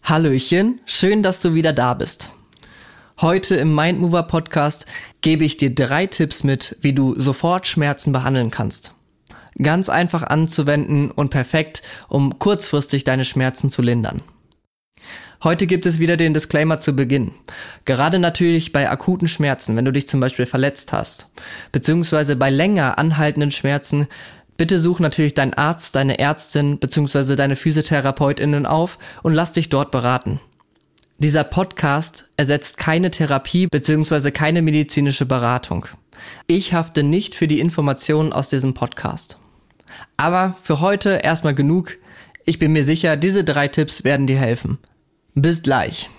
Hallöchen, schön, dass du wieder da bist. Heute im Mindmover Podcast gebe ich dir 3 Tipps mit, wie du sofort Schmerzen behandeln kannst. Ganz einfach anzuwenden und perfekt, um kurzfristig deine Schmerzen zu lindern. Heute gibt es wieder den Disclaimer zu Beginn. Gerade natürlich bei akuten Schmerzen, wenn du dich zum Beispiel verletzt hast, beziehungsweise bei länger anhaltenden Schmerzen, bitte such natürlich deinen Arzt, deine Ärztin bzw. deine PhysiotherapeutInnen auf und lass dich dort beraten. Dieser Podcast ersetzt keine Therapie bzw. keine medizinische Beratung. Ich hafte nicht für die Informationen aus diesem Podcast. Aber für heute erstmal genug. Ich bin mir sicher, diese 3 Tipps werden dir helfen. Bis gleich.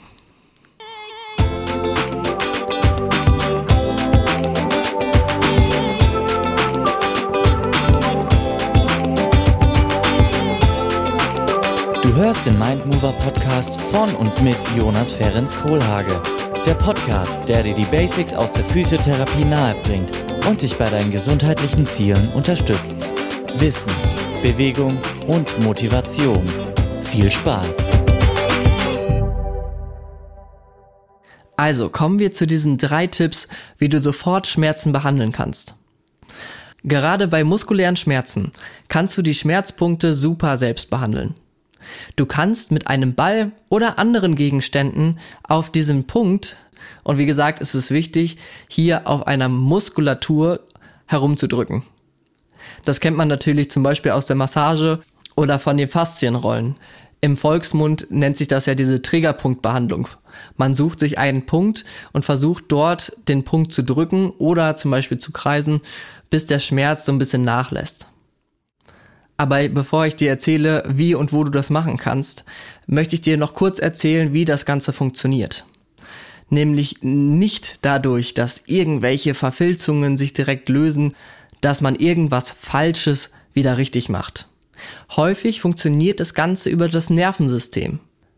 Du hörst den Mindmover Podcast von und mit Jonas Ferenc Kohlhage. Der Podcast, der dir die Basics aus der Physiotherapie nahebringt und dich bei deinen gesundheitlichen Zielen unterstützt. Wissen, Bewegung und Motivation. Viel Spaß! Also kommen wir zu diesen 3 Tipps, wie du sofort Schmerzen behandeln kannst. Gerade bei muskulären Schmerzen kannst du die Schmerzpunkte super selbst behandeln. Du kannst mit einem Ball oder anderen Gegenständen auf diesem Punkt, und wie gesagt, ist es wichtig, hier auf einer Muskulatur herumzudrücken. Das kennt man natürlich zum Beispiel aus der Massage oder von den Faszienrollen. Im Volksmund nennt sich das ja diese Triggerpunktbehandlung. Man sucht sich einen Punkt und versucht dort den Punkt zu drücken oder zum Beispiel zu kreisen, bis der Schmerz so ein bisschen nachlässt. Aber bevor ich dir erzähle, wie und wo du das machen kannst, möchte ich dir noch kurz erzählen, wie das Ganze funktioniert. Nämlich nicht dadurch, dass irgendwelche Verfilzungen sich direkt lösen, dass man irgendwas Falsches wieder richtig macht. Häufig funktioniert das Ganze über das Nervensystem.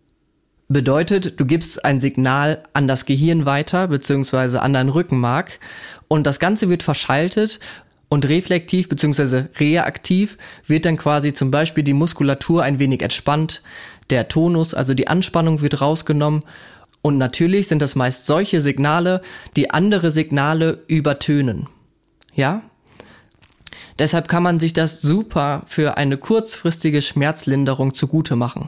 Bedeutet, du gibst ein Signal an das Gehirn weiter, beziehungsweise an dein Rückenmark, und das Ganze wird verschaltet und reflektiv bzw. reaktiv wird dann quasi zum Beispiel die Muskulatur ein wenig entspannt, der Tonus, also die Anspannung wird rausgenommen, und natürlich sind das meist solche Signale, die andere Signale übertönen. Ja? Deshalb kann man sich das super für eine kurzfristige Schmerzlinderung zugute machen.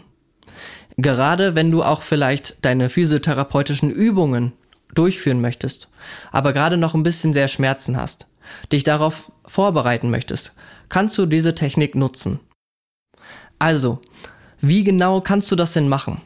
Gerade wenn du auch vielleicht deine physiotherapeutischen Übungen durchführen möchtest, aber gerade noch ein bisschen sehr Schmerzen hast, dich darauf vorbereiten möchtest, kannst du diese Technik nutzen. Also, wie genau kannst du das denn machen?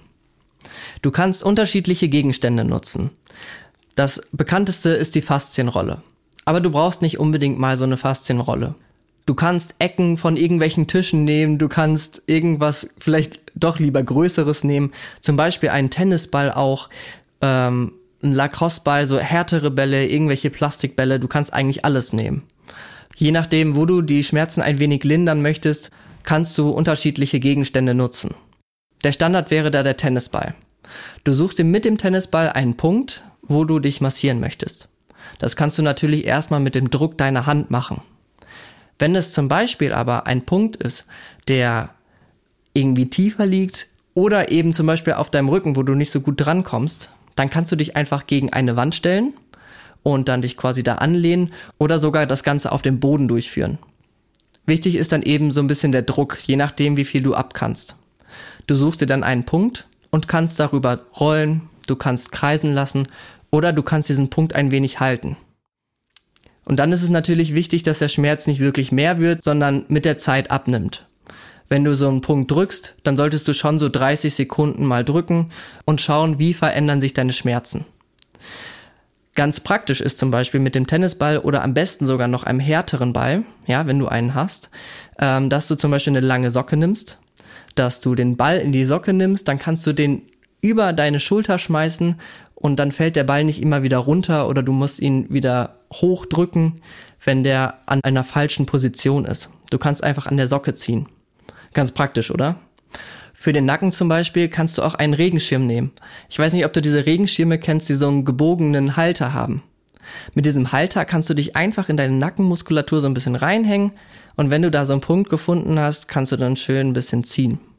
Du kannst unterschiedliche Gegenstände nutzen. Das bekannteste ist die Faszienrolle. Aber du brauchst nicht unbedingt mal so eine Faszienrolle. Du kannst Ecken von irgendwelchen Tischen nehmen, du kannst irgendwas vielleicht doch lieber Größeres nehmen, zum Beispiel einen Tennisball auch, einen Lacrosseball, so härtere Bälle, irgendwelche Plastikbälle, du kannst eigentlich alles nehmen. Je nachdem, wo du die Schmerzen ein wenig lindern möchtest, kannst du unterschiedliche Gegenstände nutzen. Der Standard wäre da der Tennisball. Du suchst dir mit dem Tennisball einen Punkt, wo du dich massieren möchtest. Das kannst du natürlich erstmal mit dem Druck deiner Hand machen. Wenn es zum Beispiel aber ein Punkt ist, der irgendwie tiefer liegt oder eben zum Beispiel auf deinem Rücken, wo du nicht so gut drankommst, dann kannst du dich einfach gegen eine Wand stellen und dann dich quasi da anlehnen oder sogar das Ganze auf dem Boden durchführen. Wichtig ist dann eben so ein bisschen der Druck, je nachdem wie viel du ab kannst. Du suchst dir dann einen Punkt und kannst darüber rollen, du kannst kreisen lassen oder du kannst diesen Punkt ein wenig halten. Und dann ist es natürlich wichtig, dass der Schmerz nicht wirklich mehr wird, sondern mit der Zeit abnimmt. Wenn du so einen Punkt drückst, dann solltest du schon so 30 Sekunden mal drücken und schauen, wie verändern sich deine Schmerzen. Ganz praktisch ist zum Beispiel mit dem Tennisball oder am besten sogar noch einem härteren Ball, ja, wenn du einen hast, dass du zum Beispiel eine lange Socke nimmst, dass du den Ball in die Socke nimmst, dann kannst du den über deine Schulter schmeißen und dann fällt der Ball nicht immer wieder runter oder du musst ihn wieder hochdrücken, wenn der an einer falschen Position ist. Du kannst einfach an der Socke ziehen. Ganz praktisch, oder? Für den Nacken zum Beispiel kannst du auch einen Regenschirm nehmen. Ich weiß nicht, ob du diese Regenschirme kennst, die so einen gebogenen Halter haben. Mit diesem Halter kannst du dich einfach in deine Nackenmuskulatur so ein bisschen reinhängen und wenn du da so einen Punkt gefunden hast, kannst du dann schön ein bisschen ziehen.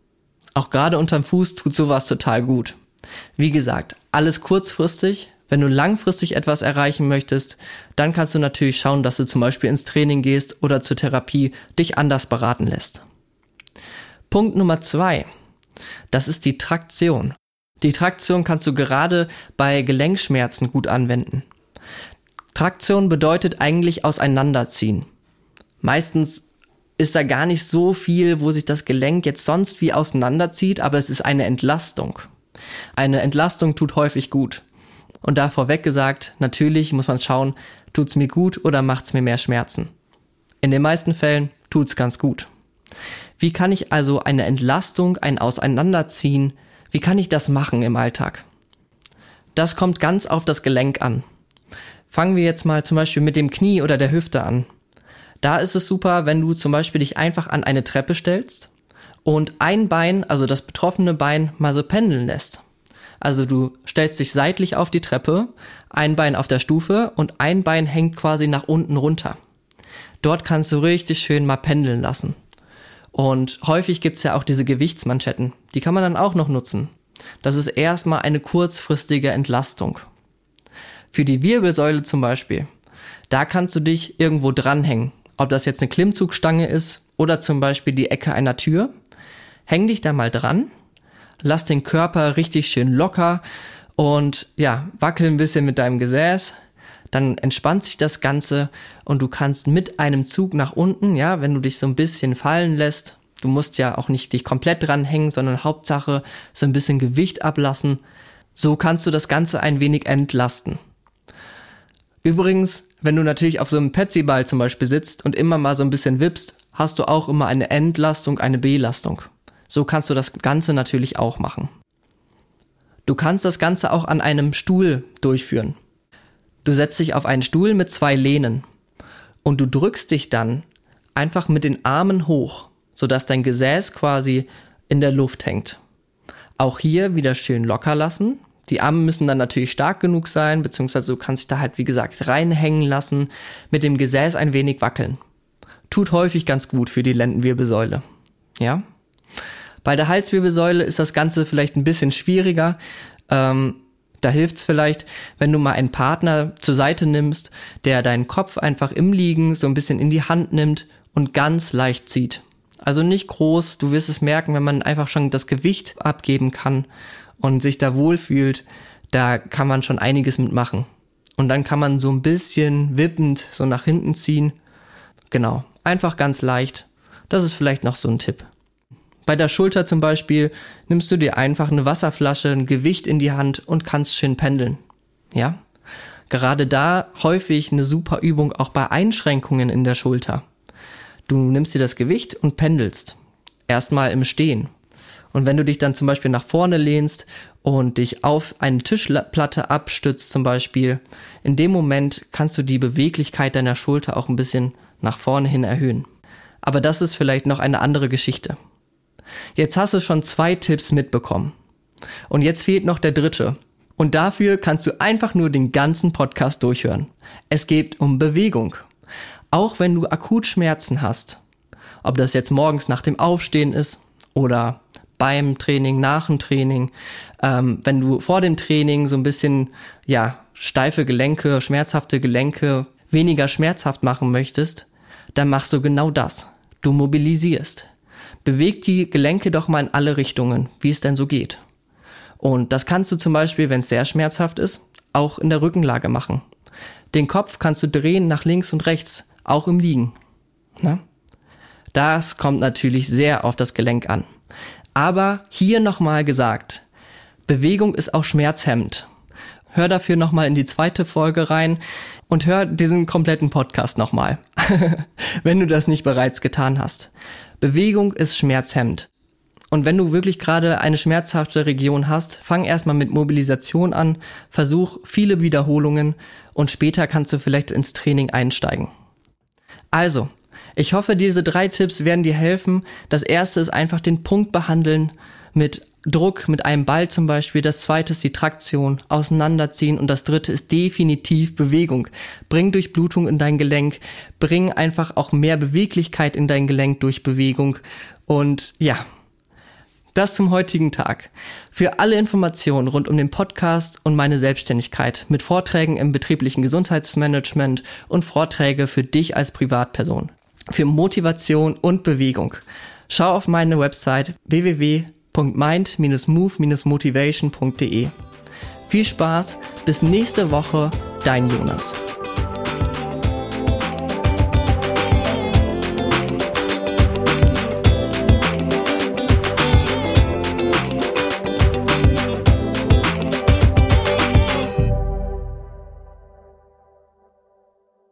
Auch gerade unterm Fuß tut sowas total gut. Wie gesagt, alles kurzfristig. Wenn du langfristig etwas erreichen möchtest, dann kannst du natürlich schauen, dass du zum Beispiel ins Training gehst oder zur Therapie dich anders beraten lässt. Punkt Nummer 2, das ist die Traktion. Die Traktion kannst du gerade bei Gelenkschmerzen gut anwenden. Traktion bedeutet eigentlich auseinanderziehen. Meistens ist da gar nicht so viel, wo sich das Gelenk jetzt sonst wie auseinanderzieht, aber es ist eine Entlastung. Eine Entlastung tut häufig gut. Und da vorweg gesagt, natürlich muss man schauen, tut's mir gut oder macht's mir mehr Schmerzen. In den meisten Fällen tut's ganz gut. Wie kann ich also eine Entlastung, ein Auseinanderziehen, wie kann ich das machen im Alltag? Das kommt ganz auf das Gelenk an. Fangen wir jetzt mal zum Beispiel mit dem Knie oder der Hüfte an. Da ist es super, wenn du zum Beispiel dich einfach an eine Treppe stellst und ein Bein, also das betroffene Bein, mal so pendeln lässt. Also du stellst dich seitlich auf die Treppe, ein Bein auf der Stufe und ein Bein hängt quasi nach unten runter. Dort kannst du richtig schön mal pendeln lassen. Und häufig gibt's ja auch diese Gewichtsmanschetten, die kann man dann auch noch nutzen. Das ist erstmal eine kurzfristige Entlastung. Für die Wirbelsäule zum Beispiel, da kannst du dich irgendwo dranhängen. Ob das jetzt eine Klimmzugstange ist oder zum Beispiel die Ecke einer Tür. Häng dich da mal dran. Lass den Körper richtig schön locker und wackel ein bisschen mit deinem Gesäß. Dann entspannt sich das Ganze und du kannst mit einem Zug nach unten, wenn du dich so ein bisschen fallen lässt, du musst ja auch nicht dich komplett dranhängen, sondern Hauptsache so ein bisschen Gewicht ablassen. So kannst du das Ganze ein wenig entlasten. Übrigens, wenn du natürlich auf so einem Petsyball zum Beispiel sitzt und immer mal so ein bisschen wippst, hast du auch immer eine Entlastung, eine Belastung. So kannst du das Ganze natürlich auch machen. Du kannst das Ganze auch an einem Stuhl durchführen. Du setzt dich auf einen Stuhl mit 2 Lehnen und du drückst dich dann einfach mit den Armen hoch, sodass dein Gesäß quasi in der Luft hängt. Auch hier wieder schön locker lassen. Die Arme müssen dann natürlich stark genug sein, beziehungsweise du kannst dich da halt, wie gesagt, reinhängen lassen, mit dem Gesäß ein wenig wackeln. Tut häufig ganz gut für die Lendenwirbelsäule. Ja? Bei der Halswirbelsäule ist das Ganze vielleicht ein bisschen schwieriger. Da hilft es vielleicht, wenn du mal einen Partner zur Seite nimmst, der deinen Kopf einfach im Liegen so ein bisschen in die Hand nimmt und ganz leicht zieht. Also nicht groß, du wirst es merken, wenn man einfach schon das Gewicht abgeben kann und sich da wohlfühlt, da kann man schon einiges mitmachen. Und dann kann man so ein bisschen wippend so nach hinten ziehen. Genau, einfach ganz leicht. Das ist vielleicht noch so ein Tipp. Bei der Schulter zum Beispiel nimmst du dir einfach eine Wasserflasche, ein Gewicht in die Hand und kannst schön pendeln. Ja? Gerade da häufig eine super Übung auch bei Einschränkungen in der Schulter. Du nimmst dir das Gewicht und pendelst. Erstmal im Stehen. Und wenn du dich dann zum Beispiel nach vorne lehnst und dich auf eine Tischplatte abstützt zum Beispiel, in dem Moment kannst du die Beweglichkeit deiner Schulter auch ein bisschen nach vorne hin erhöhen. Aber das ist vielleicht noch eine andere Geschichte. Jetzt hast du schon 2 Tipps mitbekommen. Und jetzt fehlt noch der 3. Und dafür kannst du einfach nur den ganzen Podcast durchhören. Es geht um Bewegung. Auch wenn du akut Schmerzen hast, ob das jetzt morgens nach dem Aufstehen ist oder beim Training, nach dem Training, wenn du vor dem Training so ein bisschen steife Gelenke, schmerzhafte Gelenke weniger schmerzhaft machen möchtest, dann machst du genau das. Du mobilisierst. Beweg die Gelenke doch mal in alle Richtungen, wie es denn so geht. Und das kannst du zum Beispiel, wenn es sehr schmerzhaft ist, auch in der Rückenlage machen. Den Kopf kannst du drehen nach links und rechts, auch im Liegen. Na? Das kommt natürlich sehr auf das Gelenk an. Aber hier nochmal gesagt, Bewegung ist auch schmerzhemmend. Hör dafür nochmal in die 2. Folge rein und hör diesen kompletten Podcast nochmal, wenn du das nicht bereits getan hast. Bewegung ist schmerzhemmend. Und wenn du wirklich gerade eine schmerzhafte Region hast, fang erstmal mit Mobilisation an, versuch viele Wiederholungen und später kannst du vielleicht ins Training einsteigen. Also, ich hoffe, diese 3 Tipps werden dir helfen. Das erste ist einfach den Punkt behandeln mit Druck, mit einem Ball zum Beispiel. Das zweite ist die Traktion, auseinanderziehen. Und das dritte ist definitiv Bewegung. Bring Durchblutung in dein Gelenk. Bring einfach auch mehr Beweglichkeit in dein Gelenk durch Bewegung. Und Das zum heutigen Tag. Für alle Informationen rund um den Podcast und meine Selbstständigkeit mit Vorträgen im betrieblichen Gesundheitsmanagement und Vorträge für dich als Privatperson. Für Motivation und Bewegung. Schau auf meine Website www.mind-move-motivation.de. Viel Spaß, bis nächste Woche, dein Jonas.